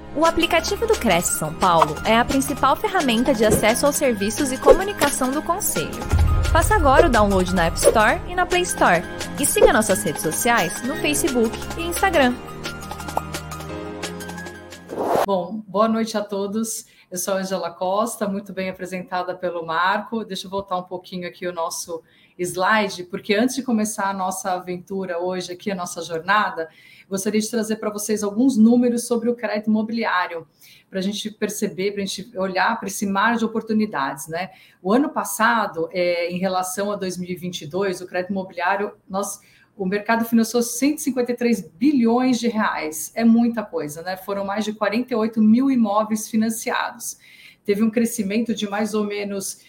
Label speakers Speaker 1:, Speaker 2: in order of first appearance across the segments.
Speaker 1: O aplicativo do Cresce São Paulo é a principal ferramenta de acesso aos serviços e comunicação do Conselho. Faça agora o download na App Store e na Play Store. E siga nossas redes sociais no Facebook e Instagram.
Speaker 2: Bom, boa noite a todos. Eu sou a Angela Costa, muito bem apresentada pelo Marco. Deixa eu voltar um pouquinho aqui o nosso slide, porque antes de começar a nossa aventura hoje aqui, a nossa jornada, gostaria de trazer para vocês alguns números sobre o crédito imobiliário, para a gente perceber, para a gente olhar para esse mar de oportunidades, né? O ano passado, em relação a 2022, o crédito imobiliário, o mercado financiou 153 bilhões de reais. É muita coisa, né? Foram mais de 48 mil imóveis financiados. Teve um crescimento de mais ou menos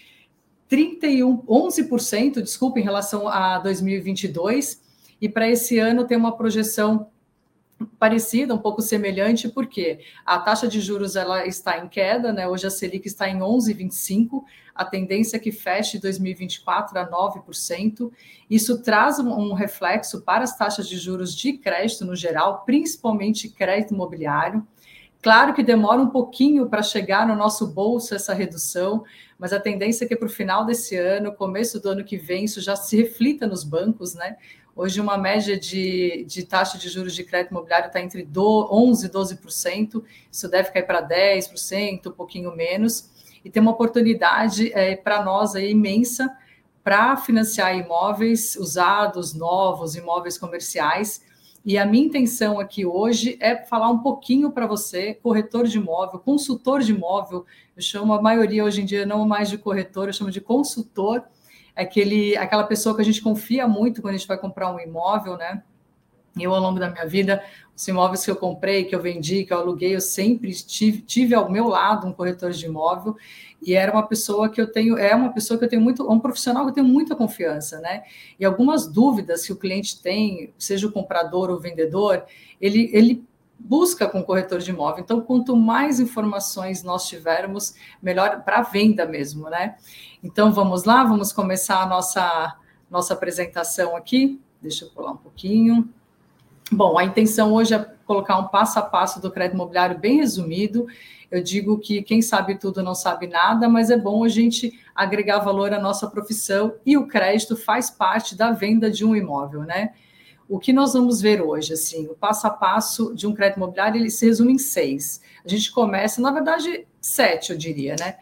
Speaker 2: 11%, desculpa, em relação a 2022. E para esse ano tem uma projeção parecida, um pouco semelhante, porque a taxa de juros ela está em queda, né? Hoje a Selic está em 11,25%, a tendência é que feche 2024 a 9%. Isso traz um reflexo para as taxas de juros de crédito no geral, principalmente crédito imobiliário. Claro que demora um pouquinho para chegar no nosso bolso essa redução, mas a tendência é que para o final desse ano, começo do ano que vem, isso já se reflita nos bancos, né? Hoje, uma média de taxa de juros de crédito imobiliário está entre 11% e 12%, isso deve cair para 10%, um pouquinho menos, e tem uma oportunidade para nós aí, imensa para financiar imóveis usados, novos, imóveis comerciais. E a minha intenção aqui hoje é falar um pouquinho para você, corretor de imóvel, consultor de imóvel, eu chamo a maioria hoje em dia não mais de corretor, eu chamo de consultor, aquela pessoa que a gente confia muito quando a gente vai comprar um imóvel, né? Eu, ao longo da minha vida, os imóveis que eu comprei, que eu vendi, que eu aluguei, eu sempre tive ao meu lado um corretor de imóvel, e era uma pessoa que eu tenho, muito, um profissional que eu tenho muita confiança, né? E algumas dúvidas que o cliente tem, seja o comprador ou o vendedor, ele busca com o corretor de imóvel. Então, quanto mais informações nós tivermos, melhor para a venda mesmo, né? Então, vamos lá, vamos começar a nossa apresentação aqui. Deixa eu pular um pouquinho. Bom, a intenção hoje é colocar um passo a passo do crédito imobiliário bem resumido. Eu digo que quem sabe tudo não sabe nada, mas é bom a gente agregar valor à nossa profissão e o crédito faz parte da venda de um imóvel, né? O que nós vamos ver hoje, assim, o passo a passo de um crédito imobiliário, ele se resume em 6. A gente começa, na verdade, 7, eu diria, né?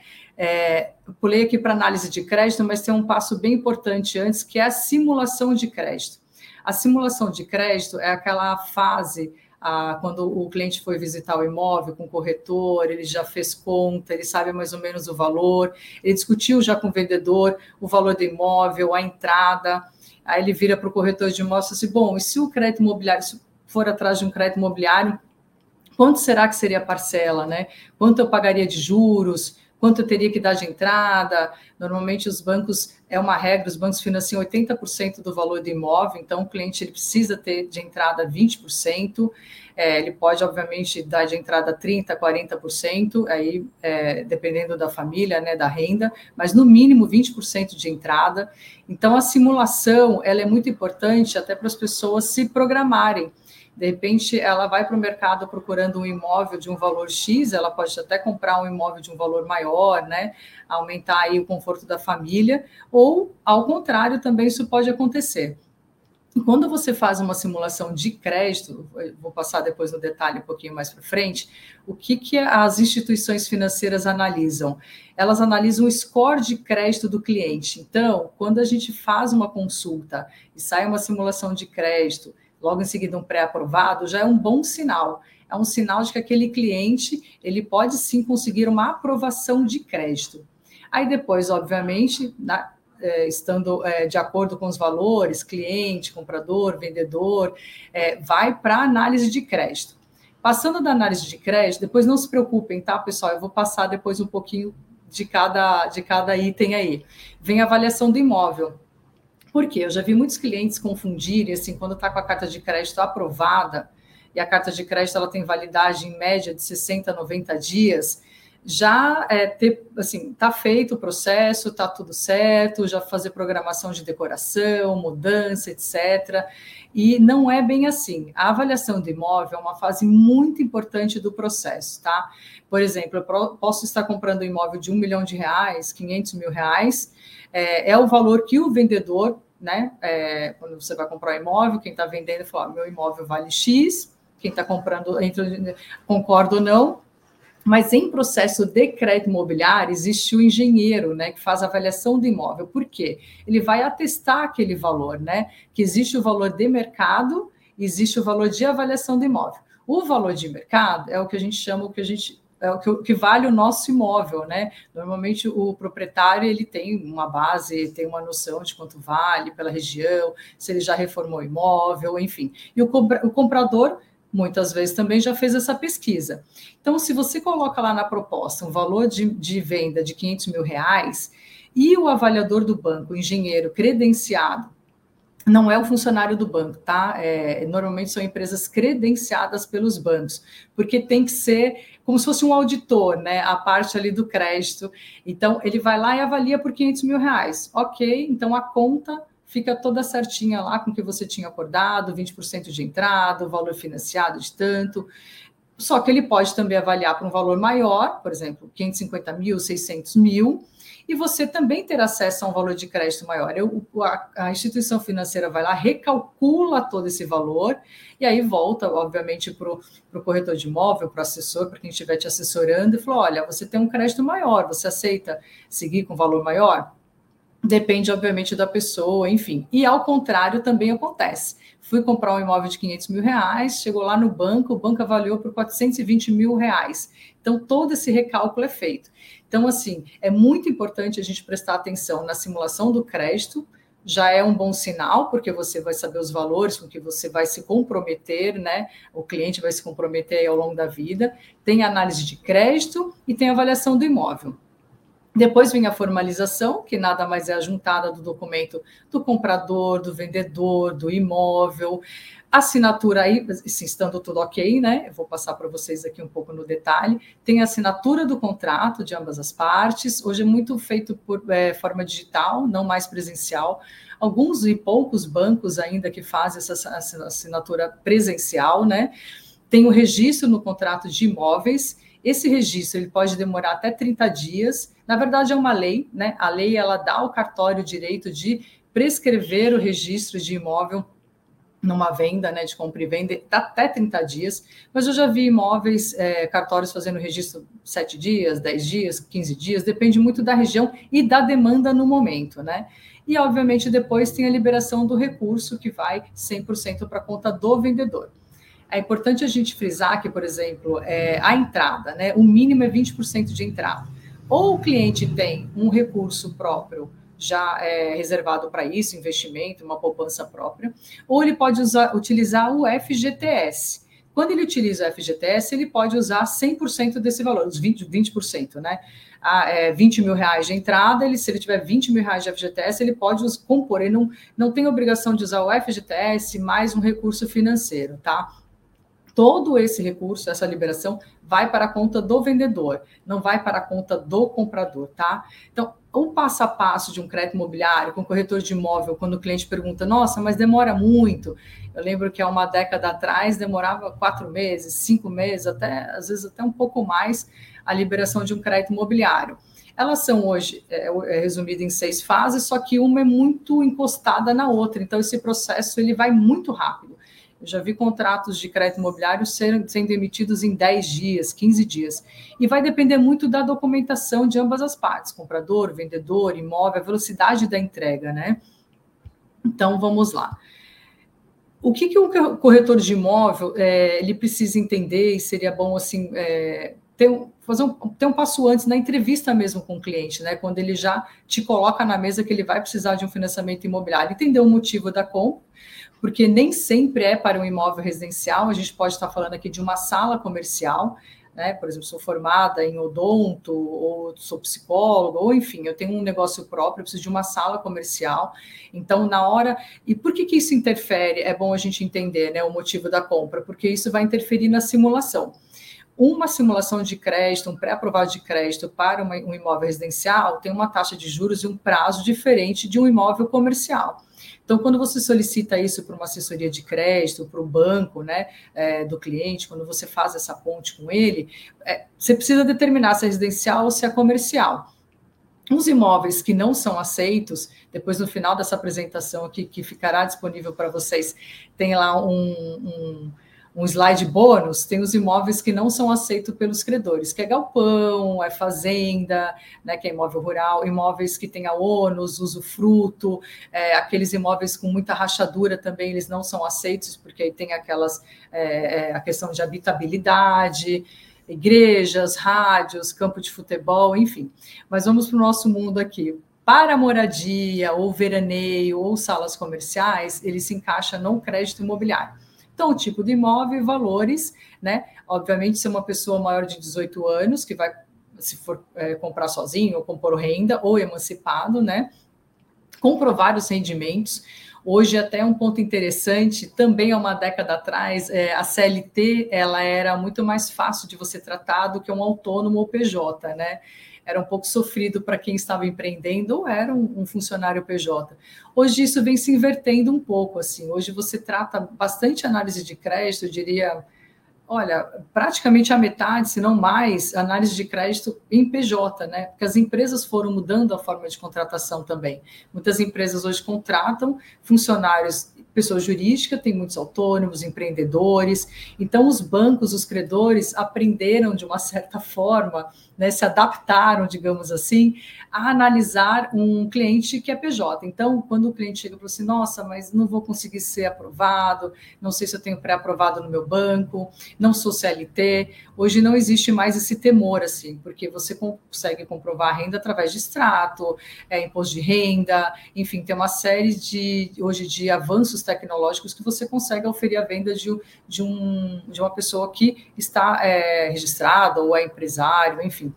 Speaker 2: Eu pulei aqui para análise de crédito, mas tem um passo bem importante antes, que é a simulação de crédito. A simulação de crédito é aquela fase quando o cliente foi visitar o imóvel com o corretor, ele já fez conta, ele sabe mais ou menos o valor, ele discutiu já com o vendedor o valor do imóvel, a entrada. Aí ele vira para o corretor de imóveis e diz assim, bom, e se o crédito imobiliário, se for atrás de um crédito imobiliário, quanto será que seria a parcela, né? Quanto eu pagaria de juros? Quanto eu teria que dar de entrada? Normalmente os bancos, é uma regra, os bancos financiam 80% do valor do imóvel, então o cliente ele precisa ter de entrada 20%, ele pode, obviamente, dar de entrada 30%, 40%, aí dependendo da família, né, da renda, mas no mínimo 20% de entrada. Então a simulação ela é muito importante até para as pessoas se programarem. De repente, ela vai para o mercado procurando um imóvel de um valor X, ela pode até comprar um imóvel de um valor maior, né? Aumentar aí o conforto da família, ou, ao contrário, também isso pode acontecer. E quando você faz uma simulação de crédito, vou passar depois no detalhe um pouquinho mais para frente, o que as instituições financeiras analisam? Elas analisam o score de crédito do cliente. Então, quando a gente faz uma consulta e sai uma simulação de crédito, logo em seguida um pré-aprovado, já é um bom sinal. É um sinal de que aquele cliente ele pode sim conseguir uma aprovação de crédito. Aí depois, obviamente, estando de acordo com os valores, cliente, comprador, vendedor, vai para a análise de crédito. Passando da análise de crédito, depois não se preocupem, tá, pessoal? Eu vou passar depois um pouquinho de cada item aí. Vem a avaliação do imóvel. Por quê? Eu já vi muitos clientes confundirem, assim, quando está com a carta de crédito aprovada, e a carta de crédito ela tem validade em média de 60 a 90 dias, já está feito o processo, está tudo certo, já fazer programação de decoração, mudança, etc. E não é bem assim. A avaliação do imóvel é uma fase muito importante do processo, tá? Por exemplo, eu posso estar comprando um imóvel de R$1 milhão, R$500 mil, é o valor que o vendedor, né? Quando você vai comprar um imóvel, quem está vendendo fala, meu imóvel vale X, quem está comprando concorda ou não. Mas em processo de crédito imobiliário, existe o engenheiro, né, que faz a avaliação do imóvel. Por quê? Ele vai atestar aquele valor, né? Que existe o valor de mercado, existe o valor de avaliação do imóvel. O valor de mercado é o que a gente chama, o que vale o nosso imóvel, né? Normalmente o proprietário ele tem uma base, tem uma noção de quanto vale pela região, se ele já reformou o imóvel, enfim. E o comprador muitas vezes também já fez essa pesquisa. Então, se você coloca lá na proposta um valor de venda de R$500 mil e o avaliador do banco, o engenheiro credenciado, não é o funcionário do banco, tá? Normalmente são empresas credenciadas pelos bancos, porque tem que ser como se fosse um auditor, né? A parte ali do crédito. Então, ele vai lá e avalia por R$500 mil. Ok, então a conta fica toda certinha lá com o que você tinha acordado, 20% de entrada, o valor financiado de tanto. Só que ele pode também avaliar para um valor maior, por exemplo, 550 mil, 600 mil, e você também ter acesso a um valor de crédito maior. A instituição financeira vai lá, recalcula todo esse valor, e aí volta, obviamente, para o corretor de imóvel, para o assessor, para quem estiver te assessorando, e fala, olha, você tem um crédito maior, você aceita seguir com valor maior? Depende, obviamente, da pessoa, enfim. E, ao contrário, também acontece. Fui comprar um imóvel de R$500 mil, chegou lá no banco, o banco avaliou por R$420 mil. Então, todo esse recálculo é feito. Então, assim, é muito importante a gente prestar atenção na simulação do crédito, já é um bom sinal, porque você vai saber os valores com que você vai se comprometer, né? O cliente vai se comprometer ao longo da vida. Tem análise de crédito e tem avaliação do imóvel. Depois vem a formalização, que nada mais é a juntada do documento do comprador, do vendedor, do imóvel, assinatura aí, se estando tudo ok, né? Eu vou passar para vocês aqui um pouco no detalhe. Tem a assinatura do contrato de ambas as partes. Hoje é muito feito por forma digital, não mais presencial. Alguns e poucos bancos ainda que fazem essa assinatura presencial, né? Tem o registro no contrato de imóveis. Esse registro ele pode demorar até 30 dias. Na verdade, é uma lei, né? A lei ela dá ao cartório o direito de prescrever o registro de imóvel numa venda, né, de compra e venda, até 30 dias, mas eu já vi imóveis, cartórios fazendo registro 7 dias, 10 dias, 15 dias, depende muito da região e da demanda no momento, né? E, obviamente, depois tem a liberação do recurso, que vai 100% para a conta do vendedor. É importante a gente frisar que, por exemplo, a entrada, né, o mínimo é 20% de entrada. Ou o cliente tem um recurso próprio já reservado para isso, investimento, uma poupança própria, ou ele pode utilizar o FGTS. Quando ele utiliza o FGTS, ele pode usar 100% desse valor, os 20%, né? R$20 mil de entrada, se ele tiver R$20 mil de FGTS, ele pode compor, ele não tem obrigação de usar o FGTS mais um recurso financeiro, tá? Todo esse recurso, essa liberação, vai para a conta do vendedor, não vai para a conta do comprador, tá? Então, o passo a passo de um crédito imobiliário com corretor de imóvel, quando o cliente pergunta, nossa, mas demora muito. Eu lembro que há uma década atrás demorava 4 meses, 5 meses, às vezes até um pouco mais, a liberação de um crédito imobiliário. Elas são hoje resumidas em 6 fases, só que uma é muito encostada na outra, então esse processo ele vai muito rápido. Eu já vi contratos de crédito imobiliário sendo emitidos em 10 dias, 15 dias. E vai depender muito da documentação de ambas as partes, comprador, vendedor, imóvel, a velocidade da entrega, né? Então, vamos lá. O que o corretor de imóvel ele precisa entender, e seria bom assim, ter um passo antes na entrevista mesmo com o cliente, né? Quando ele já te coloca na mesa que ele vai precisar de um financiamento imobiliário, entender o motivo da compra, porque nem sempre é para um imóvel residencial, a gente pode estar falando aqui de uma sala comercial, né? Por exemplo, sou formada em odonto, ou sou psicóloga, ou enfim, eu tenho um negócio próprio, eu preciso de uma sala comercial. Então, na hora... E por que isso interfere? É bom a gente entender, né, o motivo da compra, porque isso vai interferir na simulação. uma simulação de crédito, um pré-aprovado de crédito para um imóvel residencial tem uma taxa de juros e um prazo diferente de um imóvel comercial. Então, quando você solicita isso para uma assessoria de crédito, para o banco, né, do cliente, quando você faz essa ponte com ele, você precisa determinar se é residencial ou se é comercial. Os imóveis que não são aceitos, depois no final dessa apresentação aqui, que ficará disponível para vocês, tem lá um slide bônus, tem os imóveis que não são aceitos pelos credores, que é galpão, é fazenda, né, que é imóvel rural, imóveis que tenha ônus, usufruto, aqueles imóveis com muita rachadura também, eles não são aceitos, porque aí tem a questão de habitabilidade, igrejas, rádios, campo de futebol, enfim. Mas vamos para o nosso mundo aqui. Para moradia, ou veraneio, ou salas comerciais, ele se encaixa no crédito imobiliário. Então, o tipo de imóvel e valores, né? Obviamente, se é uma pessoa maior de 18 anos, que vai, se for comprar sozinho, ou compor renda, ou emancipado, né? Comprovar os rendimentos. Hoje, até um ponto interessante, também há uma década atrás, a CLT ela era muito mais fácil de você tratar do que um autônomo ou PJ, né? Era um pouco sofrido para quem estava empreendendo ou era um funcionário PJ. Hoje isso vem se invertendo um pouco, assim. Hoje você trata bastante análise de crédito, eu diria, olha, praticamente a metade, se não mais, análise de crédito em PJ, né? Porque as empresas foram mudando a forma de contratação também. Muitas empresas hoje contratam funcionários, pessoa jurídica, tem muitos autônomos, empreendedores. Então, os bancos, os credores, aprenderam de uma certa forma, né, se adaptaram, digamos assim, a analisar um cliente que é PJ. Então, quando o cliente chega e fala assim, nossa, mas não vou conseguir ser aprovado, não sei se eu tenho pré-aprovado no meu banco, não sou CLT, hoje não existe mais esse temor, assim, porque você consegue comprovar a renda através de extrato, imposto de renda, enfim, tem uma série hoje de avanços tecnológicos que você consegue oferir a venda de uma pessoa que está registrada ou é empresário, enfim.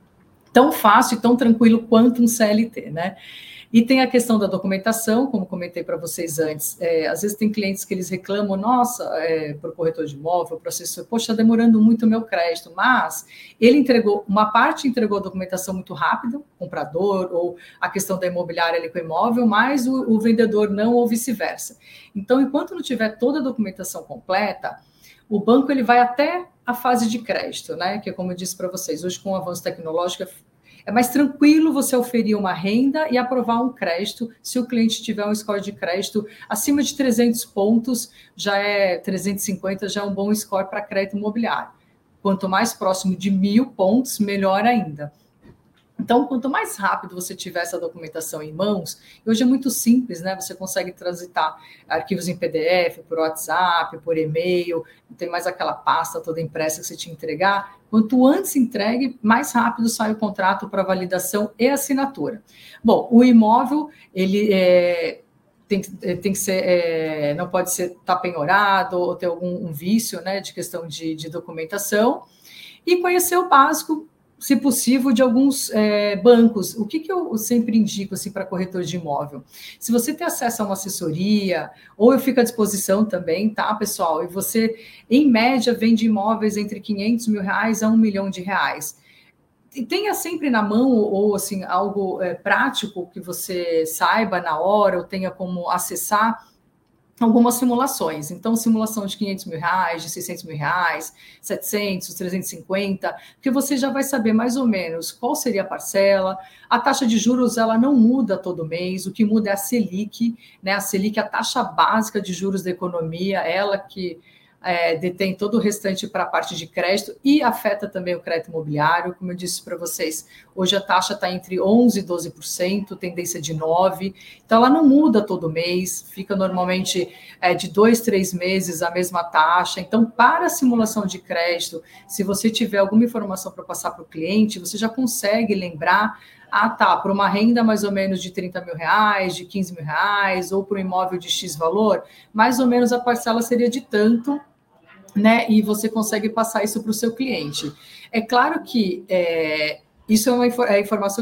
Speaker 2: Tão fácil e tão tranquilo quanto um CLT, né? E tem a questão da documentação, como comentei para vocês antes. Às vezes tem clientes que eles reclamam, nossa, para o corretor de imóvel, para o assessor, poxa, está demorando muito o meu crédito, mas ele entregou, uma parte entregou a documentação muito rápido, comprador, ou a questão da imobiliária ali com o imóvel, mas o vendedor não, ou vice-versa. Então, enquanto não tiver toda a documentação completa, o banco ele vai até a fase de crédito, né? Que é como eu disse para vocês, hoje com o avanço tecnológico é mais tranquilo você oferir uma renda e aprovar um crédito se o cliente tiver um score de crédito acima de 300 pontos, já é 350, já é um bom score para crédito imobiliário. Quanto mais próximo de 1.000 pontos, melhor ainda. Então, quanto mais rápido você tiver essa documentação em mãos, hoje é muito simples, né? Você consegue transitar arquivos em PDF, por WhatsApp, por e-mail, não tem mais aquela pasta toda impressa que você te entregar. Quanto antes entregue, mais rápido sai o contrato para validação e assinatura. Bom, o imóvel, ele tem que ser, não pode ser estar penhorado ou ter algum vício, né, de questão de documentação. E conhecer o básico, se possível, de alguns bancos. O que eu sempre indico assim, para corretor de imóvel? Se você tem acesso a uma assessoria, ou eu fico à disposição também, tá, pessoal? E você, em média, vende imóveis entre R$500 mil a R$1 milhão. E tenha sempre na mão, ou assim, algo prático que você saiba na hora, ou tenha como acessar algumas simulações. Então, simulação de R$500 mil, de R$600 mil, 700, 350, porque você já vai saber mais ou menos qual seria a parcela. A taxa de juros, ela não muda todo mês, o que muda é a Selic, né? A Selic é a taxa básica de juros da economia, ela que detém todo o restante para a parte de crédito e afeta também o crédito imobiliário. Como eu disse para vocês, hoje a taxa está entre 11% e 12%, tendência de 9%, então ela não muda todo mês, fica normalmente de 2, 3 meses a mesma taxa. Então, para a simulação de crédito, se você tiver alguma informação para passar para o cliente, você já consegue lembrar, tá, para uma renda mais ou menos de R$30 mil, de R$15 mil, ou para um imóvel de X valor, mais ou menos a parcela seria de tanto, né? E você consegue passar isso para o seu cliente. É claro que isso é uma informação que você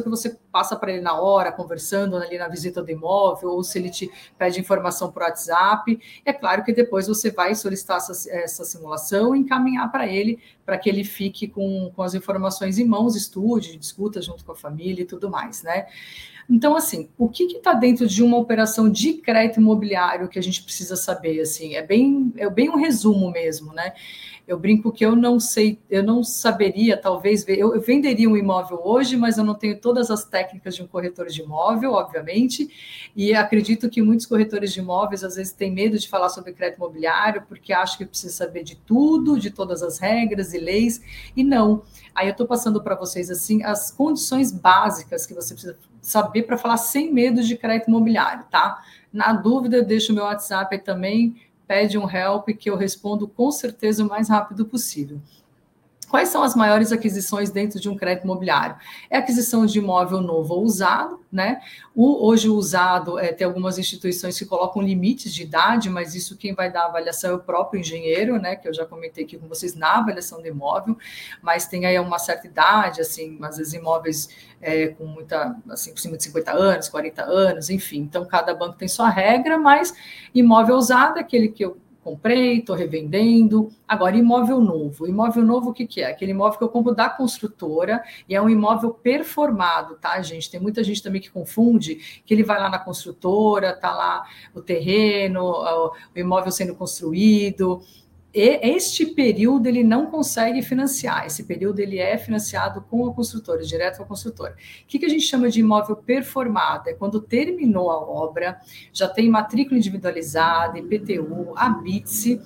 Speaker 2: passa para ele na hora, conversando ali na visita do imóvel, ou se ele te pede informação por WhatsApp. É claro que depois você vai solicitar essa simulação e encaminhar para ele, para que ele fique com as informações em mãos, estude, discuta junto com a família e tudo mais, né? Então, assim, o que está dentro de uma operação de crédito imobiliário que a gente precisa saber? Assim, é bem um resumo mesmo, né? Eu brinco que eu não sei, eu não saberia, talvez, eu venderia um imóvel hoje, mas eu não tenho todas as técnicas de um corretor de imóvel, obviamente, e acredito que muitos corretores de imóveis, às vezes, têm medo de falar sobre crédito imobiliário, porque acham que precisa saber de tudo, de todas as regras e leis, e não. Aí eu estou passando para vocês, assim, as condições básicas que você precisa saber para falar sem medo de crédito imobiliário, tá? Na dúvida, eu deixo o meu WhatsApp aí também, pede um help que eu respondo com certeza o mais rápido possível. Quais são as maiores aquisições dentro de um crédito imobiliário? É a aquisição de imóvel novo ou usado, né? Hoje o usado, tem algumas instituições que colocam limites de idade, mas isso quem vai dar a avaliação é o próprio engenheiro, né? Que eu já comentei aqui com vocês na avaliação do imóvel, mas tem aí uma certa idade, assim, às vezes imóveis com muita, assim, por cima de 50 anos, 40 anos, enfim. Então, cada banco tem sua regra, mas imóvel usado é aquele que eu comprei, estou revendendo. Agora, imóvel novo. Imóvel novo, o que, que é? Aquele imóvel que eu compro da construtora e é um imóvel performado, tá, gente? Tem muita gente também que confunde, que ele vai lá na construtora, tá lá o terreno, o imóvel sendo construído. E este período ele não consegue financiar, esse período ele é financiado com a construtora, direto com a construtora. O que a gente chama de imóvel performado? É quando terminou a obra, já tem matrícula individualizada, IPTU, habite-se,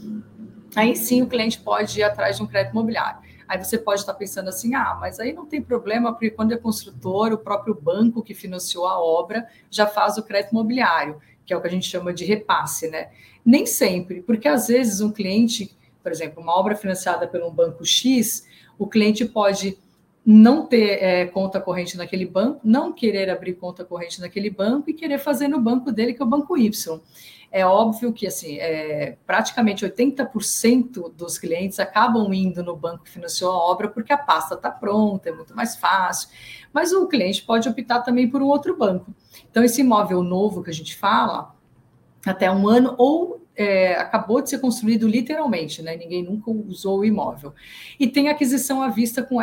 Speaker 2: aí sim o cliente pode ir atrás de um crédito imobiliário. Aí você pode estar pensando assim, mas aí não tem problema, porque quando é construtor, o próprio banco que financiou a obra já faz o crédito imobiliário, que é o que a gente chama de repasse, né? Nem sempre, porque às vezes um cliente, por exemplo, uma obra financiada por um banco X, o cliente pode não ter conta corrente naquele banco, não querer abrir conta corrente naquele banco e querer fazer no banco dele, que é o banco Y. É óbvio que assim, praticamente 80% dos clientes acabam indo no banco que financiou a obra porque a pasta está pronta, é muito mais fácil. Mas o cliente pode optar também por um outro banco. Então, esse imóvel novo que a gente fala, até um ano, ou acabou de ser construído literalmente, né? Ninguém nunca usou o imóvel. E tem aquisição à vista com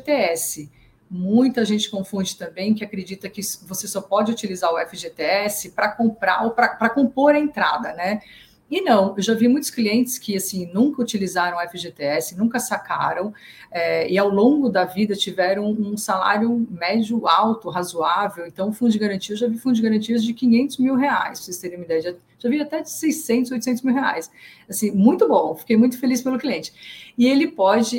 Speaker 2: FGTS. Muita gente confunde também, que acredita que você só pode utilizar o FGTS para comprar ou para compor a entrada, né? E não, eu já vi muitos clientes que assim nunca utilizaram o FGTS, nunca sacaram, e ao longo da vida tiveram um salário médio alto, razoável. Então, fundo de garantia, eu já vi fundo de garantias de R$500 mil, para vocês terem uma ideia. Já vi até de 600, 800 mil reais. Assim, muito bom, fiquei muito feliz pelo cliente. E ele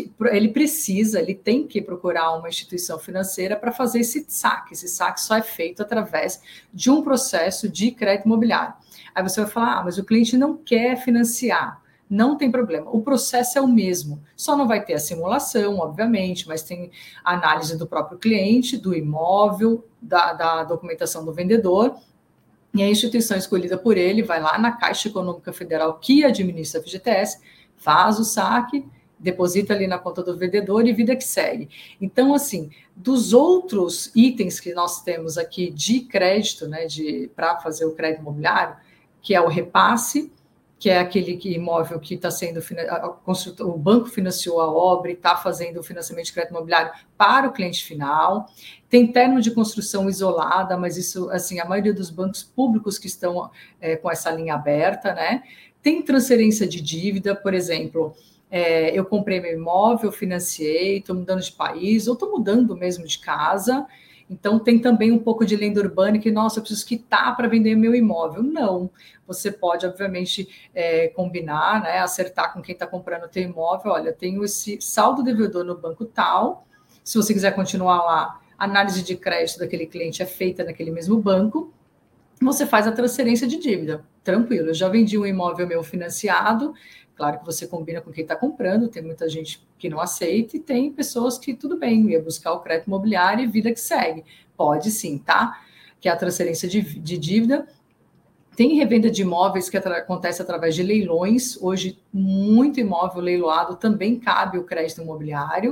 Speaker 2: tem que procurar uma instituição financeira para fazer esse saque. Esse saque só é feito através de um processo de crédito imobiliário. Aí você vai falar, mas o cliente não quer financiar. Não tem problema, o processo é o mesmo, só não vai ter a simulação, obviamente, mas tem a análise do próprio cliente, do imóvel, da documentação do vendedor, e a instituição escolhida por ele vai lá na Caixa Econômica Federal, que administra a FGTS, faz o saque, deposita ali na conta do vendedor e vida que segue. Então, assim, dos outros itens que nós temos aqui de crédito, né, para fazer o crédito imobiliário, que é o repasse, que é aquele imóvel que está sendo o banco financiou a obra e está fazendo o financiamento de crédito imobiliário para o cliente final. Tem termo de construção isolada, mas isso, assim, a maioria dos bancos públicos que estão com essa linha aberta, né? Tem transferência de dívida, por exemplo, eu comprei meu imóvel, financiei, estou mudando de país, ou estou mudando mesmo de casa. Então, tem também um pouco de lenda urbana que, nossa, eu preciso quitar para vender meu imóvel. Não, você pode, obviamente, combinar, né, acertar com quem está comprando o teu imóvel. Olha, eu tenho esse saldo devedor no banco tal, se você quiser continuar lá, a análise de crédito daquele cliente é feita naquele mesmo banco, você faz a transferência de dívida, tranquilo. Eu já vendi um imóvel meu financiado, claro que você combina com quem está comprando, tem muita gente que não aceita e tem pessoas que, tudo bem, ia buscar o crédito imobiliário e vida que segue. Pode sim, tá? Que é a transferência de dívida. Tem revenda de imóveis que acontece através de leilões. Hoje, muito imóvel leiloado também cabe o crédito imobiliário.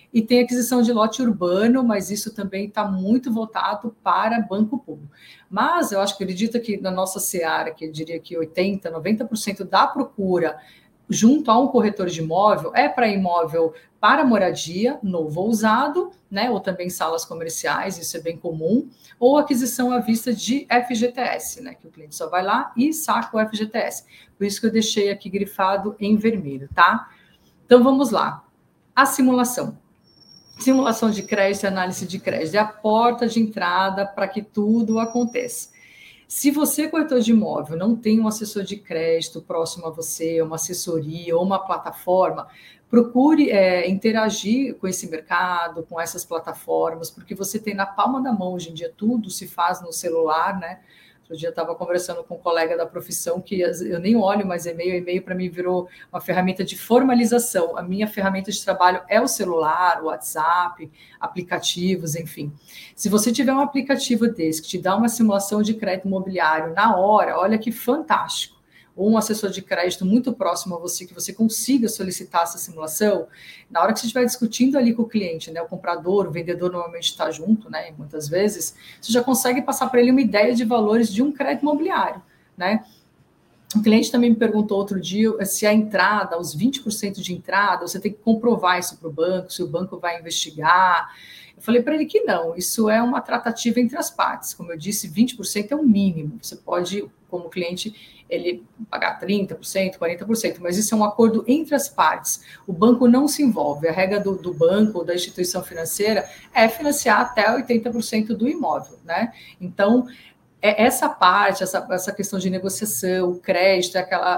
Speaker 2: e tem aquisição de lote urbano, mas isso também está muito voltado para banco público. Mas eu acredito que na nossa seara, que eu diria que 80%, 90% da procura junto a um corretor de imóvel é para imóvel para moradia, novo ou usado, né? Ou também salas comerciais, isso é bem comum, ou aquisição à vista de FGTS, né? Que o cliente só vai lá e saca o FGTS. Por isso que eu deixei aqui grifado em vermelho, tá? Então vamos lá. A simulação. Simulação de crédito e análise de crédito é a porta de entrada para que tudo aconteça. Se você, corretor de imóvel, não tem um assessor de crédito próximo a você, uma assessoria ou uma plataforma, procure interagir com esse mercado, com essas plataformas, porque você tem na palma da mão, hoje em dia, tudo se faz no celular, né? Outro dia eu estava conversando com um colega da profissão que eu nem olho mais e-mail para mim virou uma ferramenta de formalização. A minha ferramenta de trabalho é o celular, o WhatsApp, aplicativos, enfim. Se você tiver um aplicativo desse que te dá uma simulação de crédito imobiliário na hora, olha que fantástico. Ou um assessor de crédito muito próximo a você, que você consiga solicitar essa simulação, na hora que você estiver discutindo ali com o cliente, né, o comprador, o vendedor normalmente está junto, né, muitas vezes, você já consegue passar para ele uma ideia de valores de um crédito imobiliário, né? O cliente também me perguntou outro dia se a entrada, os 20% de entrada, você tem que comprovar isso para o banco, se o banco vai investigar. Eu falei para ele que não, isso é uma tratativa entre as partes. Como eu disse, 20% é o mínimo. Você pode, como cliente, ele pagar 30%, 40%, mas isso é um acordo entre as partes. O banco não se envolve. A regra do banco ou da instituição financeira é financiar até 80% do imóvel, né? Então, essa parte, essa questão de negociação, o crédito,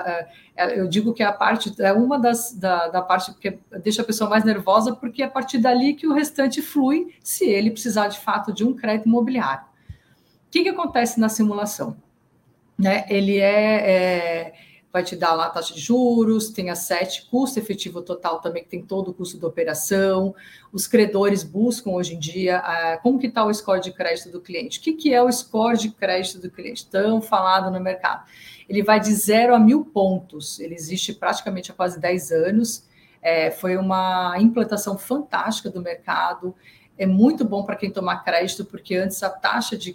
Speaker 2: eu digo que a parte é uma da parte que deixa a pessoa mais nervosa, porque é a partir dali que o restante flui, se ele precisar de fato de um crédito imobiliário. O que acontece na simulação? Né? Ele vai te dar lá a taxa de juros, tem a SET, custo efetivo total também, que tem todo o custo da operação. Os credores buscam hoje em dia como que está o score de crédito do cliente. O que é o score de crédito do cliente? Tão falado no mercado. Ele vai de 0 a 1.000 pontos. Ele existe praticamente há quase 10 anos. Foi uma implantação fantástica do mercado. É muito bom para quem tomar crédito, porque antes a taxa de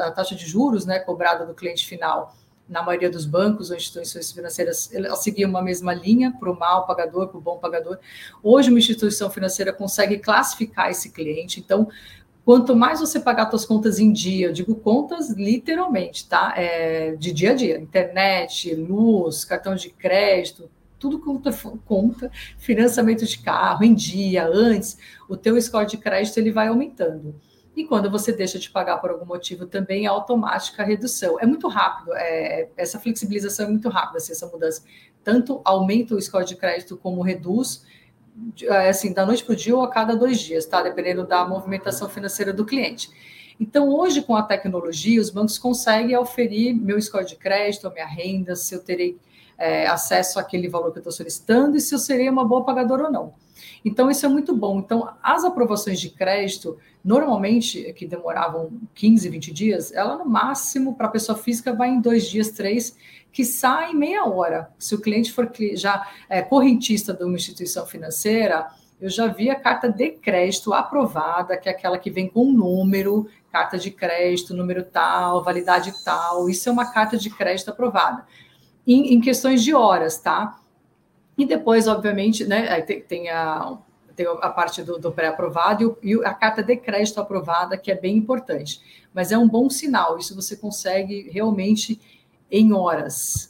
Speaker 2: juros, né, cobrada do cliente final, na maioria dos bancos ou instituições financeiras, elas seguiam uma mesma linha para o mau pagador, para o bom pagador. Hoje, uma instituição financeira consegue classificar esse cliente. Então, quanto mais você pagar suas contas em dia, eu digo contas literalmente, tá? De dia a dia, internet, luz, cartão de crédito, tudo conta, financiamento de carro em dia, antes, o teu score de crédito ele vai aumentando. E quando você deixa de pagar por algum motivo, também é automática a redução. É muito rápido, essa flexibilização é muito rápida, assim, essa mudança. Tanto aumenta o score de crédito como reduz, assim, da noite para o dia ou a cada 2 dias, tá? Dependendo da movimentação financeira do cliente. Então, hoje, com a tecnologia, os bancos conseguem oferir meu score de crédito, a minha renda, se eu terei acesso àquele valor que eu estou solicitando e se eu serei uma boa pagadora ou não. Então, isso é muito bom. Então, as aprovações de crédito, normalmente, que demoravam 15, 20 dias, ela no máximo, para a pessoa física, vai em 2 dias, 3, que sai em meia hora. Se o cliente for já correntista de uma instituição financeira, eu já vi a carta de crédito aprovada, que é aquela que vem com um número, carta de crédito, número tal, validade tal. Isso é uma carta de crédito aprovada. Em questões de horas, tá? E depois, obviamente, né, tem a parte do pré-aprovado e a carta de crédito aprovada, que é bem importante. Mas é um bom sinal, isso você consegue realmente em horas.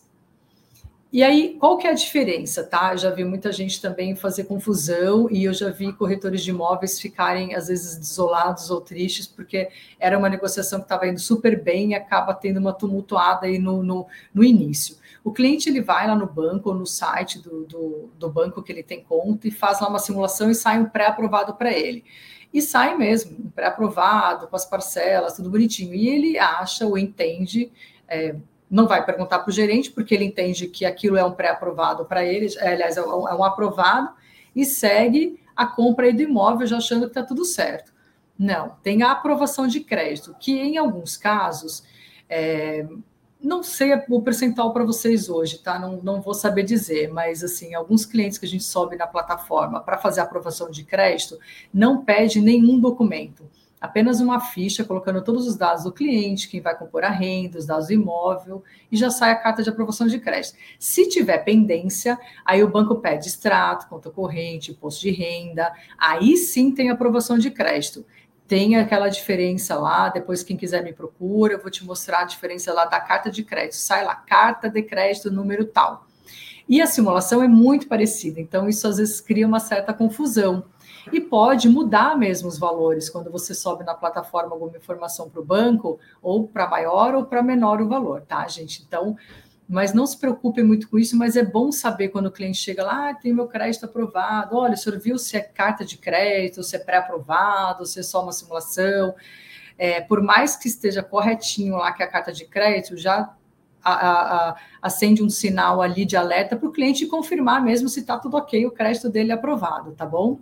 Speaker 2: E aí, qual que é a diferença, tá? Eu já vi muita gente também fazer confusão e eu já vi corretores de imóveis ficarem, às vezes, desolados ou tristes, porque era uma negociação que estava indo super bem e acaba tendo uma tumultuada aí no início. O cliente ele vai lá no banco ou no site do banco que ele tem conta e faz lá uma simulação e sai um pré-aprovado para ele. E sai mesmo, um pré-aprovado, com as parcelas, tudo bonitinho. E ele acha ou entende... não vai perguntar para o gerente, porque ele entende que aquilo é um pré-aprovado para ele, aliás, é um aprovado, e segue a compra aí do imóvel já achando que está tudo certo. Não, tem a aprovação de crédito, que em alguns casos Não sei o percentual para vocês hoje, tá? Não vou saber dizer, mas assim, alguns clientes que a gente sobe na plataforma para fazer a aprovação de crédito não pede nenhum documento, apenas uma ficha colocando todos os dados do cliente, quem vai compor a renda, os dados do imóvel, e já sai a carta de aprovação de crédito. Se tiver pendência, aí o banco pede extrato, conta corrente, imposto de renda, aí sim tem aprovação de crédito. Tem aquela diferença lá, depois quem quiser me procura, eu vou te mostrar a diferença lá da carta de crédito. Sai lá, carta de crédito número tal. E a simulação é muito parecida, então isso às vezes cria uma certa confusão. E pode mudar mesmo os valores quando você sobe na plataforma alguma informação para o banco, ou para maior ou para menor o valor, tá, gente? Então, mas não se preocupe muito com isso, mas é bom saber quando o cliente chega lá, tem meu crédito aprovado, olha, o senhor viu se é carta de crédito, se é pré-aprovado, se é só uma simulação. Por mais que esteja corretinho lá que a carta de crédito, já acende um sinal ali de alerta para o cliente confirmar mesmo se está tudo ok, o crédito dele é aprovado, tá bom?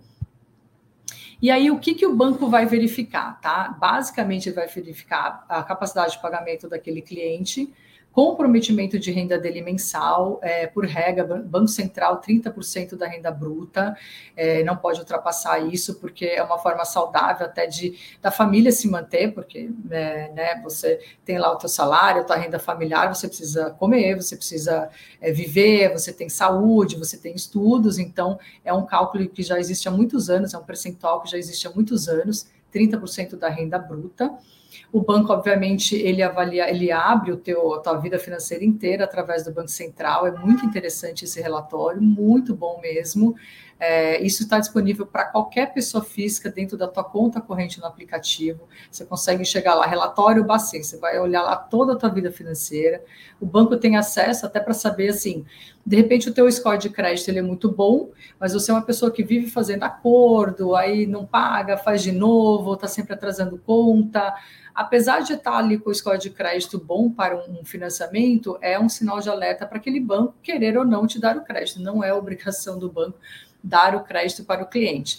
Speaker 2: E aí, o que o banco vai verificar, tá? Basicamente, ele vai verificar a capacidade de pagamento daquele cliente, comprometimento de renda dele mensal, por regra, Banco Central, 30% da renda bruta, não pode ultrapassar isso, porque é uma forma saudável até da família se manter, porque né, você tem lá o teu salário, a tua renda familiar, você precisa comer, você precisa viver, você tem saúde, você tem estudos, então é um cálculo que já existe há muitos anos, é um percentual que já existe há muitos anos, 30% da renda bruta. O banco, obviamente, ele avalia, ele abre a tua vida financeira inteira através do Banco Central. É muito interessante esse relatório, muito bom mesmo. Isso está disponível para qualquer pessoa física dentro da tua conta corrente no aplicativo. Você consegue chegar lá, relatório Bacen, você vai olhar lá toda a tua vida financeira. O banco tem acesso até para saber, assim, de repente o teu score de crédito ele é muito bom, mas você é uma pessoa que vive fazendo acordo, aí não paga, faz de novo, está sempre atrasando conta. Apesar de estar ali com o score de crédito bom para um financiamento, é um sinal de alerta para aquele banco querer ou não te dar o crédito. Não é obrigação do banco dar o crédito para o cliente.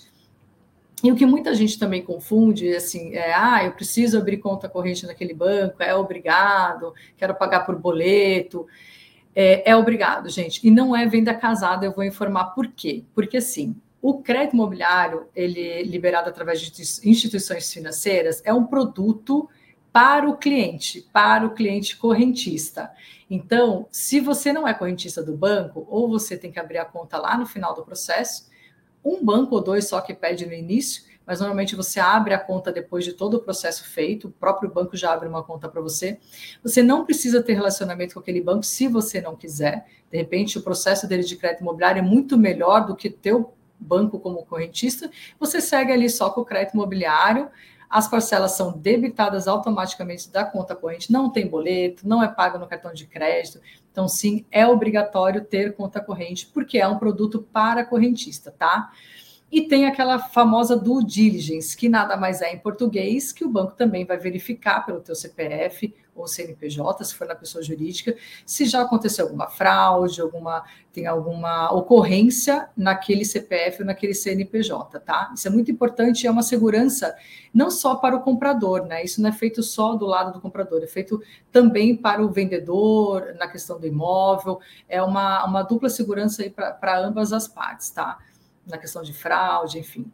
Speaker 2: E o que muita gente também confunde, assim, eu preciso abrir conta corrente naquele banco, é obrigado, quero pagar por boleto. É obrigado, gente. E não é venda casada, eu vou informar por quê. Porque, assim, o crédito imobiliário, ele é liberado através de instituições financeiras, é um produto para o cliente correntista. Então, se você não é correntista do banco, ou você tem que abrir a conta lá no final do processo, um banco ou dois só que pede no início, mas normalmente você abre a conta depois de todo o processo feito, o próprio banco já abre uma conta para você. Você não precisa ter relacionamento com aquele banco se você não quiser. De repente, o processo dele de crédito imobiliário é muito melhor do que teu banco como correntista, você segue ali só com o crédito imobiliário, as parcelas são debitadas automaticamente da conta corrente, não tem boleto, não é pago no cartão de crédito, então sim, é obrigatório ter conta corrente, porque é um produto para correntista, tá? E tem aquela famosa due diligence, que nada mais é em português, que o banco também vai verificar pelo teu CPF ou CNPJ, se for na pessoa jurídica, se já aconteceu alguma fraude, tem alguma ocorrência naquele CPF ou naquele CNPJ, tá? Isso é muito importante e é uma segurança não só para o comprador, né? Isso não é feito só do lado do comprador, é feito também para o vendedor, na questão do imóvel, é uma dupla segurança aí para ambas as partes, tá? Na questão de fraude, enfim.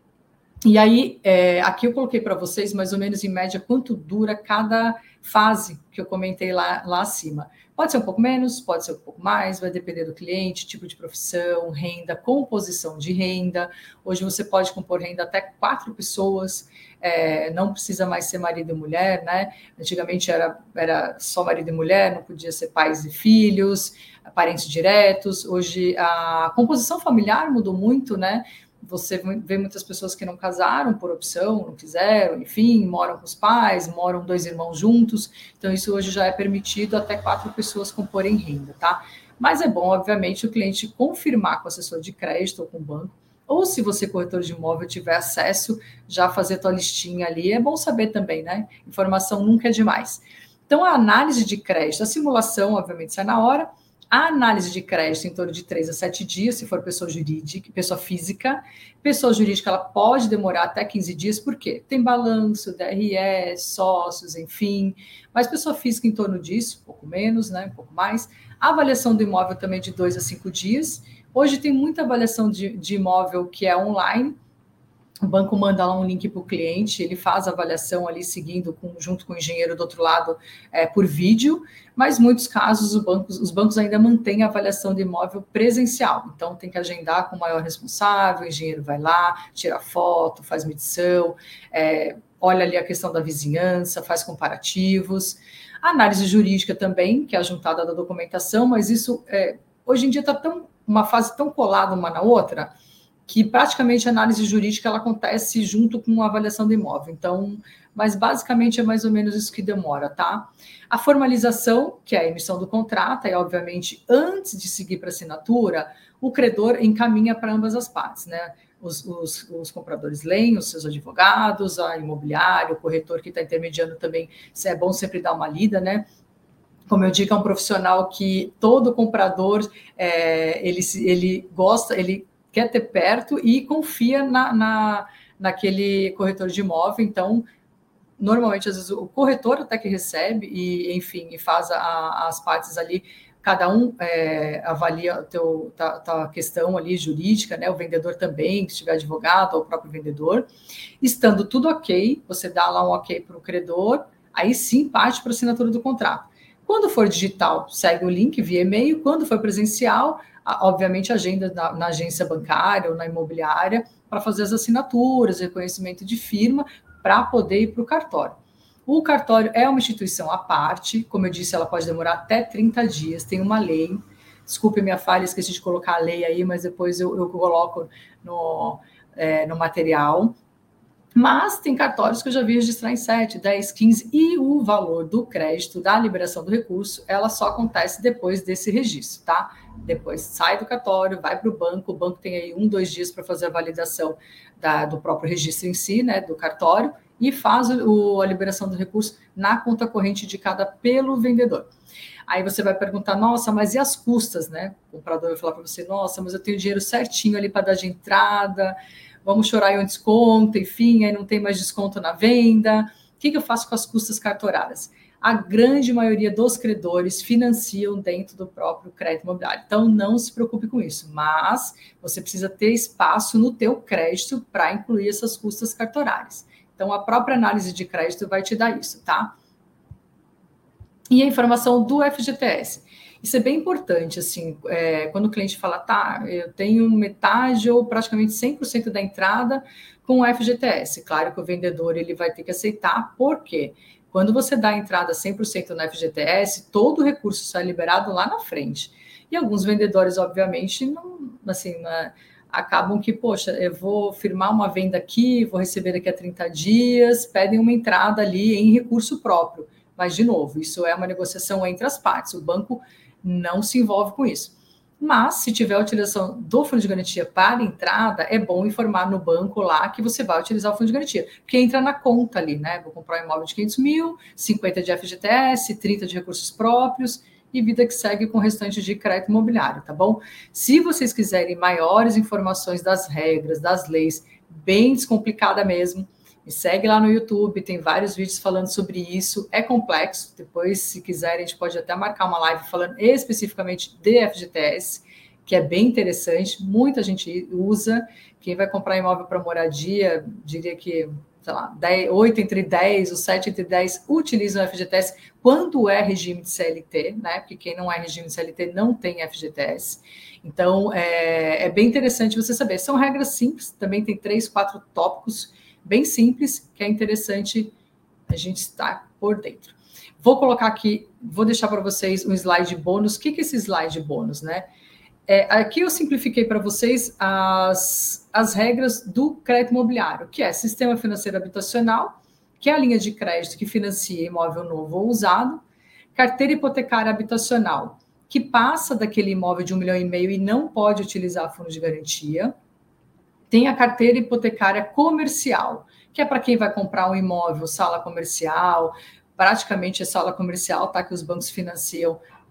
Speaker 2: E aí, aqui eu coloquei para vocês, mais ou menos, em média, quanto dura cada fase que eu comentei lá acima. Pode ser um pouco menos, pode ser um pouco mais, vai depender do cliente, tipo de profissão, renda, composição de renda. Hoje você pode compor renda até 4 pessoas, não precisa mais ser marido e mulher, né? Antigamente era só marido e mulher, não podia ser pais e filhos, parentes diretos. Hoje a composição familiar mudou muito, né? Você vê muitas pessoas que não casaram por opção, não quiseram, enfim, moram com os pais, moram 2 irmãos juntos, então isso hoje já é permitido até 4 pessoas comporem renda, tá? Mas é bom, obviamente, o cliente confirmar com o assessor de crédito ou com o banco, ou se você, corretor de imóvel, tiver acesso, já fazer a tua listinha ali, é bom saber também, né? Informação nunca é demais. Então, a análise de crédito, a simulação, obviamente, sai na hora. A análise de crédito em torno de 3 a 7 dias, se for pessoa jurídica, pessoa física. Pessoa jurídica, ela pode demorar até 15 dias, por quê? Tem balanço, DRE, sócios, enfim. Mas pessoa física em torno disso, um pouco menos, né? Um pouco mais. A avaliação do imóvel também de 2 a 5 dias. Hoje tem muita avaliação de imóvel que é online. O banco manda lá um link para o cliente, ele faz a avaliação ali seguindo junto com o engenheiro do outro lado por vídeo, mas em muitos casos os bancos ainda mantêm a avaliação de imóvel presencial, então tem que agendar com o maior responsável, o engenheiro vai lá, tira foto, faz medição, olha ali a questão da vizinhança, faz comparativos. A análise jurídica também, que é a juntada da documentação, mas isso hoje em dia está uma fase tão colada uma na outra, que praticamente a análise jurídica ela acontece junto com a avaliação do imóvel. Então, mas basicamente é mais ou menos isso que demora, tá? A formalização, que é a emissão do contrato, e obviamente antes de seguir para a assinatura, o credor encaminha para ambas as partes, né? Os compradores leem, os seus advogados, a imobiliária, o corretor que está intermediando também, é bom sempre dar uma lida, né? Como eu digo, é um profissional que todo comprador, ele gosta, ele quer ter perto e confia naquele corretor de imóvel. Então, normalmente, às vezes, o corretor até que recebe e, enfim, e faz as partes ali, cada um avalia a tua questão ali jurídica, né? O vendedor também, se tiver advogado, ou o próprio vendedor. Estando tudo ok, você dá lá um ok para o credor, aí sim parte para a assinatura do contrato. Quando for digital, segue o link via e-mail. Quando for presencial, obviamente, agenda na agência bancária ou na imobiliária para fazer as assinaturas, reconhecimento de firma, para poder ir para o cartório. O cartório é uma instituição à parte, como eu disse, ela pode demorar até 30 dias, tem uma lei. Desculpe minha falha, esqueci de colocar a lei aí, mas depois eu coloco no material. Mas tem cartórios que eu já vi registrar em 7, 10, 15, e o valor do crédito, da liberação do recurso, ela só acontece depois desse registro, tá? Depois sai do cartório, vai para o banco tem aí 1, 2 dias para fazer a validação do próprio registro em si, né, do cartório, e faz a liberação do recurso na conta corrente indicada pelo vendedor. Aí você vai perguntar, nossa, mas e as custas, né? O comprador vai falar para você, nossa, mas eu tenho dinheiro certinho ali para dar de entrada, vamos chorar em um desconto, enfim, aí não tem mais desconto na venda. O que eu faço com as custas cartorárias? A grande maioria dos credores financiam dentro do próprio crédito imobiliário. Então, não se preocupe com isso, mas você precisa ter espaço no teu crédito para incluir essas custas cartorárias. Então, a própria análise de crédito vai te dar isso, tá? E a informação do FGTS. Isso é bem importante, assim, quando o cliente fala, tá, eu tenho metade ou praticamente 100% da entrada com o FGTS. Claro que o vendedor ele vai ter que aceitar, por quê? Quando você dá a entrada 100% no FGTS, todo o recurso sai liberado lá na frente. E alguns vendedores, obviamente, não, assim, acabam que, poxa, eu vou firmar uma venda aqui, vou receber daqui a 30 dias, pedem uma entrada ali em recurso próprio. Mas, de novo, isso é uma negociação entre as partes. O banco não se envolve com isso. Mas, se tiver a utilização do fundo de garantia para entrada, é bom informar no banco lá que você vai utilizar o fundo de garantia, porque entra na conta ali, né? Vou comprar um imóvel de 500 mil, 50 de FGTS, 30 de recursos próprios e vida que segue com o restante de crédito imobiliário, tá bom? Se vocês quiserem maiores informações das regras, das leis, bem descomplicada mesmo, me segue lá no YouTube, tem vários vídeos falando sobre isso, é complexo, depois, se quiserem, a gente pode até marcar uma live falando especificamente de FGTS, que é bem interessante, muita gente usa, quem vai comprar imóvel para moradia, diria que, sei lá, 8 entre 10 ou 7 entre 10 utilizam o FGTS quando é regime de CLT, né? Porque quem não é regime de CLT não tem FGTS. Então, é bem interessante você saber. São regras simples, também tem 3, 4 tópicos bem simples, que é interessante a gente estar por dentro. Vou colocar aqui, vou deixar para vocês um slide bônus. O que é esse slide bônus, né? Aqui eu simplifiquei para vocês as regras do crédito imobiliário, que é Sistema Financeiro Habitacional, que é a linha de crédito que financia imóvel novo ou usado, carteira hipotecária habitacional, que passa daquele imóvel de 1,5 milhão e não pode utilizar fundo de garantia. Tem a carteira hipotecária comercial, que é para quem vai comprar um imóvel, sala comercial, praticamente é sala comercial, tá? Que os bancos financiam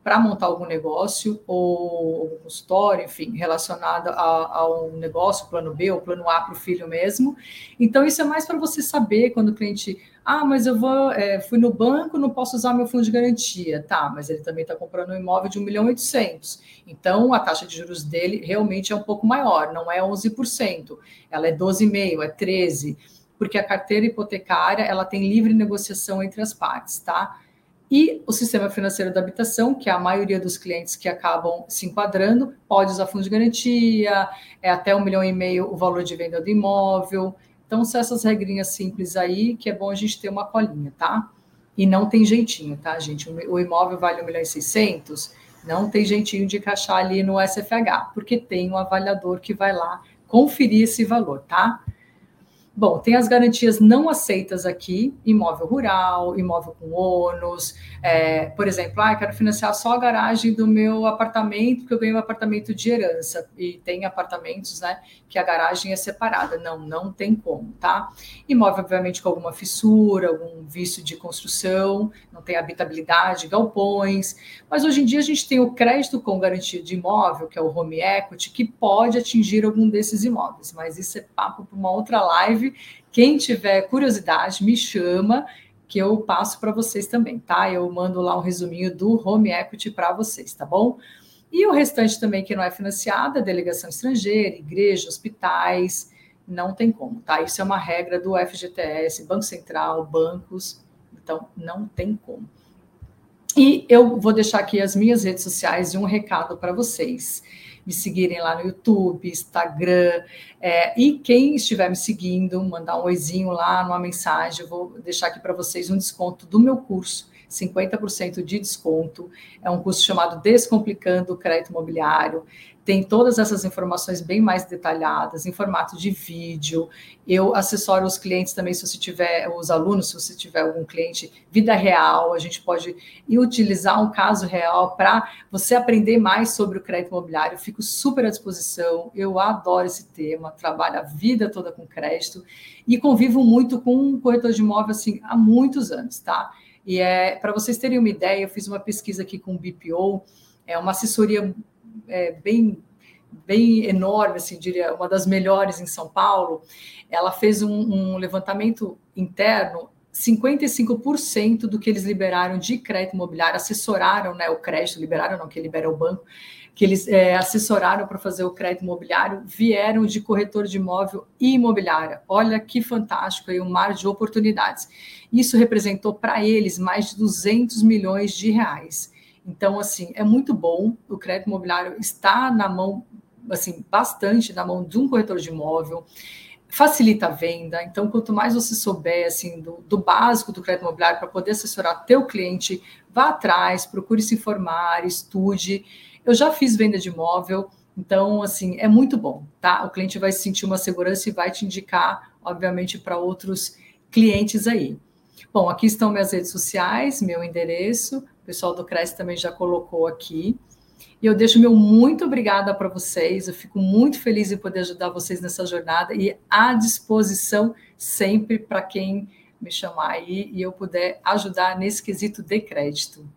Speaker 2: para montar algum negócio ou algum consultório, enfim, relacionado a um negócio, plano B ou plano A para o filho mesmo. Então, isso é mais para você saber quando o cliente... mas eu fui no banco, não posso usar meu fundo de garantia. Tá, mas ele também está comprando um imóvel de 1.800.000. Então, a taxa de juros dele realmente é um pouco maior, não é 11%. Ela é 12,5%, é 13%, porque a carteira hipotecária ela tem livre negociação entre as partes, tá? E o sistema financeiro da habitação, que é a maioria dos clientes que acabam se enquadrando, pode usar fundo de garantia, é até 1,5 milhão o valor de venda do imóvel. Então, são essas regrinhas simples aí, que é bom a gente ter uma colinha, tá? E não tem jeitinho, tá, gente? O imóvel vale 1.600.000, não tem jeitinho de encaixar ali no SFH, porque tem um avaliador que vai lá conferir esse valor, tá? Bom, tem as garantias não aceitas aqui, imóvel rural, imóvel com ônus, por exemplo, quero financiar só a garagem do meu apartamento, porque eu ganhei um apartamento de herança, e tem apartamentos, né, que a garagem é separada. Não tem como, tá? Imóvel, obviamente, com alguma fissura, algum vício de construção, não tem habitabilidade, galpões, mas hoje em dia a gente tem o crédito com garantia de imóvel, que é o home equity, que pode atingir algum desses imóveis, mas isso é papo para uma outra live. Quem tiver curiosidade, me chama, que eu passo para vocês também, tá? Eu mando lá um resuminho do home equity para vocês, tá bom? E o restante também que não é financiado, é delegação estrangeira, igreja, hospitais, não tem como, tá? Isso é uma regra do FGTS, Banco Central, bancos, então não tem como. E eu vou deixar aqui as minhas redes sociais e um recado para vocês. Me seguirem lá no YouTube, Instagram, e quem estiver me seguindo, mandar um oizinho lá numa mensagem, eu vou deixar aqui para vocês um desconto do meu curso, 50% de desconto. É um curso chamado Descomplicando o Crédito Imobiliário. Tem todas essas informações bem mais detalhadas, em formato de vídeo. Eu assessoro os clientes também, se você tiver, os alunos, se você tiver algum cliente, vida real, a gente pode utilizar um caso real para você aprender mais sobre o crédito imobiliário. Eu fico super à disposição, eu adoro esse tema, trabalho a vida toda com crédito e convivo muito com um corretor de imóvel assim, há muitos anos, tá? E para vocês terem uma ideia, eu fiz uma pesquisa aqui com o BPO, uma assessoria bem enorme, assim, diria, uma das melhores em São Paulo. Ela fez um levantamento interno, 55% do que eles liberaram de crédito imobiliário, assessoraram, né, o crédito, liberaram não, que libera o banco, que eles assessoraram para fazer o crédito imobiliário, vieram de corretor de imóvel e imobiliária. Olha que fantástico aí, um mar de oportunidades. Isso representou para eles mais de 200 milhões de reais. Então, assim, é muito bom, o crédito imobiliário está na mão, assim, bastante na mão de um corretor de imóvel, facilita a venda. Então, quanto mais você souber, assim, do básico do crédito imobiliário para poder assessorar teu cliente, vá atrás, procure se informar, estude. Eu já fiz venda de imóvel, então, assim, é muito bom, tá? O cliente vai sentir uma segurança e vai te indicar, obviamente, para outros clientes aí. Bom, aqui estão minhas redes sociais, meu endereço, o pessoal do Cresce também já colocou aqui. E eu deixo meu muito obrigada para vocês, eu fico muito feliz em poder ajudar vocês nessa jornada e à disposição sempre para quem me chamar aí e eu puder ajudar nesse quesito de crédito.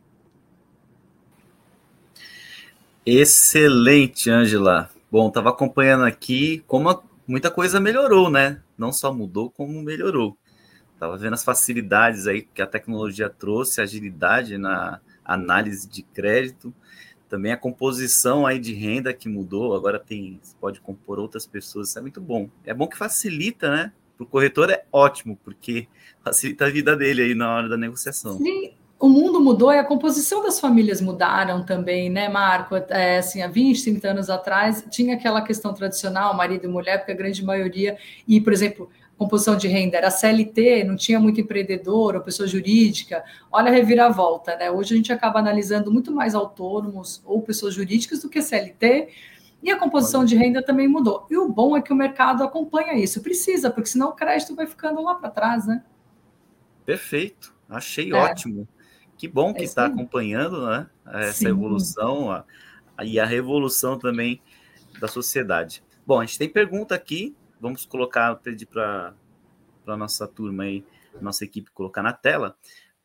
Speaker 3: Excelente, Ângela. Bom, estava acompanhando aqui como muita coisa melhorou, né? Não só mudou, como melhorou. Estava vendo as facilidades aí que a tecnologia trouxe, agilidade na análise de crédito, também a composição aí de renda que mudou, agora você pode compor outras pessoas, isso é muito bom. É bom que facilita, né? Para o corretor é ótimo, porque facilita a vida dele aí na hora da negociação.
Speaker 2: Sim, o mundo mudou e a composição das famílias mudaram também, né, Marco? Assim, há 20, 30 anos atrás, tinha aquela questão tradicional, marido e mulher, porque a grande maioria, e, por exemplo, composição de renda era CLT, não tinha muito empreendedor ou pessoa jurídica. Olha a reviravolta, né? Hoje a gente acaba analisando muito mais autônomos ou pessoas jurídicas do que CLT, e a composição de renda também mudou. E o bom é que o mercado acompanha isso, precisa, porque senão o crédito vai ficando lá para trás, né?
Speaker 3: Perfeito, achei ótimo. Que bom que está acompanhando, né, essa evolução e a revolução também da sociedade. Bom, a gente tem pergunta aqui, vamos pedir para a nossa turma aí, nossa equipe colocar na tela.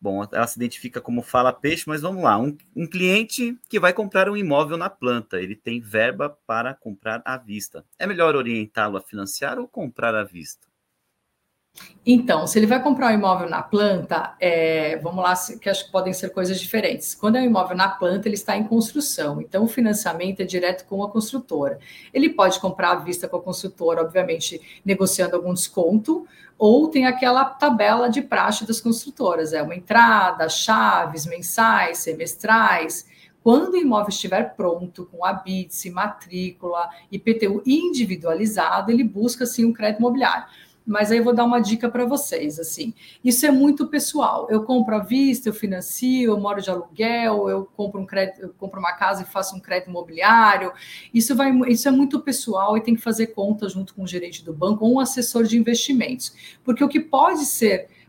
Speaker 3: Bom, ela se identifica como fala peixe, mas vamos lá. Um cliente que vai comprar um imóvel na planta, ele tem verba para comprar à vista. É melhor orientá-lo a financiar ou comprar à vista?
Speaker 2: Então, se ele vai comprar um imóvel na planta, vamos lá, que acho que podem ser coisas diferentes. Quando é um imóvel na planta, ele está em construção, então o financiamento é direto com a construtora. Ele pode comprar à vista com a construtora, obviamente, negociando algum desconto, ou tem aquela tabela de praxe das construtoras, uma entrada, chaves mensais, semestrais. Quando o imóvel estiver pronto, com habite, matrícula, IPTU individualizado, ele busca, sim, um crédito imobiliário. Mas aí eu vou dar uma dica para vocês, assim, isso é muito pessoal. Eu compro à vista, eu financio, eu moro de aluguel, eu compro um crédito, eu compro uma casa e faço um crédito imobiliário. Isso é muito pessoal e tem que fazer conta junto com o gerente do banco ou um assessor de investimentos, porque o que pode ser